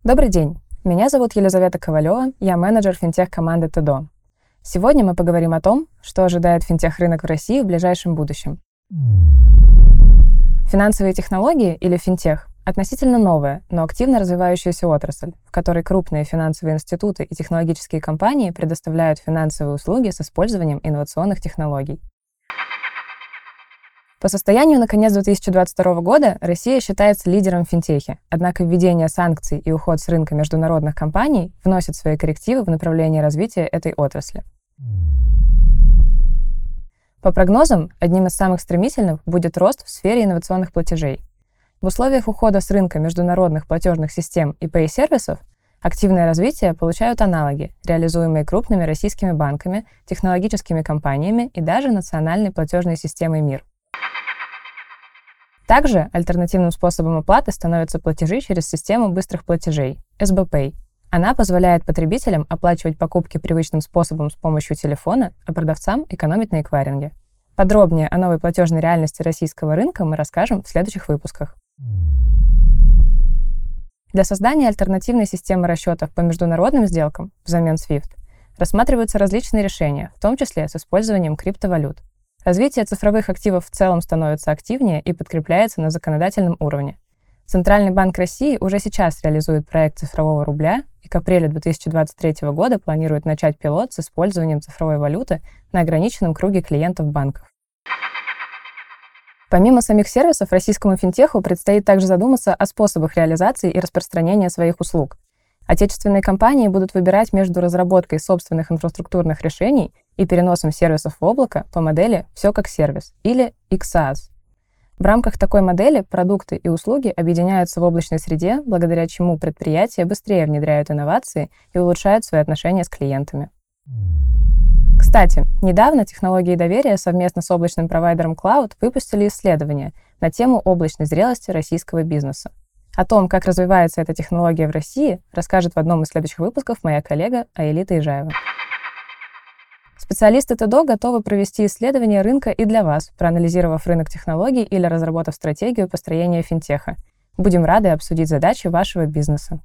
Добрый день, меня зовут Елизавета Ковалева, я менеджер финтех-команды ТДО. Сегодня мы поговорим о том, что ожидает финтех-рынок в России в ближайшем будущем. Финансовые технологии или финтех – относительно новая, но активно развивающаяся отрасль, в которой крупные финансовые институты и технологические компании предоставляют финансовые услуги с использованием инновационных технологий. По состоянию на конец 2022 года Россия считается лидером в финтехе, однако введение санкций и уход с рынка международных компаний вносят свои коррективы в направлении развития этой отрасли. По прогнозам, одним из самых стремительных будет рост в сфере инновационных платежей. В условиях ухода с рынка международных платежных систем и пэй-сервисов активное развитие получают аналоги, реализуемые крупными российскими банками, технологическими компаниями и даже национальной платежной системой МИР. Также альтернативным способом оплаты становятся платежи через систему быстрых платежей – СБ-Пэй. Она позволяет потребителям оплачивать покупки привычным способом с помощью телефона, а продавцам экономить на эквайринге. Подробнее о новой платежной реальности российского рынка мы расскажем в следующих выпусках. Для создания альтернативной системы расчетов по международным сделкам взамен SWIFT рассматриваются различные решения, в том числе с использованием криптовалют. Развитие цифровых активов в целом становится активнее и подкрепляется на законодательном уровне. Центральный банк России уже сейчас реализует проект цифрового рубля и к апрелю 2023 года планирует начать пилот с использованием цифровой валюты на ограниченном круге клиентов банков. Помимо самих сервисов, российскому финтеху предстоит также задуматься о способах реализации и распространения своих услуг. Отечественные компании будут выбирать между разработкой собственных инфраструктурных решений и переносом сервисов в облако по модели «все как сервис» или XaaS. В рамках такой модели продукты и услуги объединяются в облачной среде, благодаря чему предприятия быстрее внедряют инновации и улучшают свои отношения с клиентами. Кстати, недавно технологии доверия совместно с облачным провайдером Cloud выпустили исследование на тему облачной зрелости российского бизнеса. О том, как развивается эта технология в России, расскажет в одном из следующих выпусков моя коллега Аэлита Ижаева. Специалисты ТДО готовы провести исследование рынка и для вас, проанализировав рынок технологий или разработав стратегию построения финтеха. Будем рады обсудить задачи вашего бизнеса.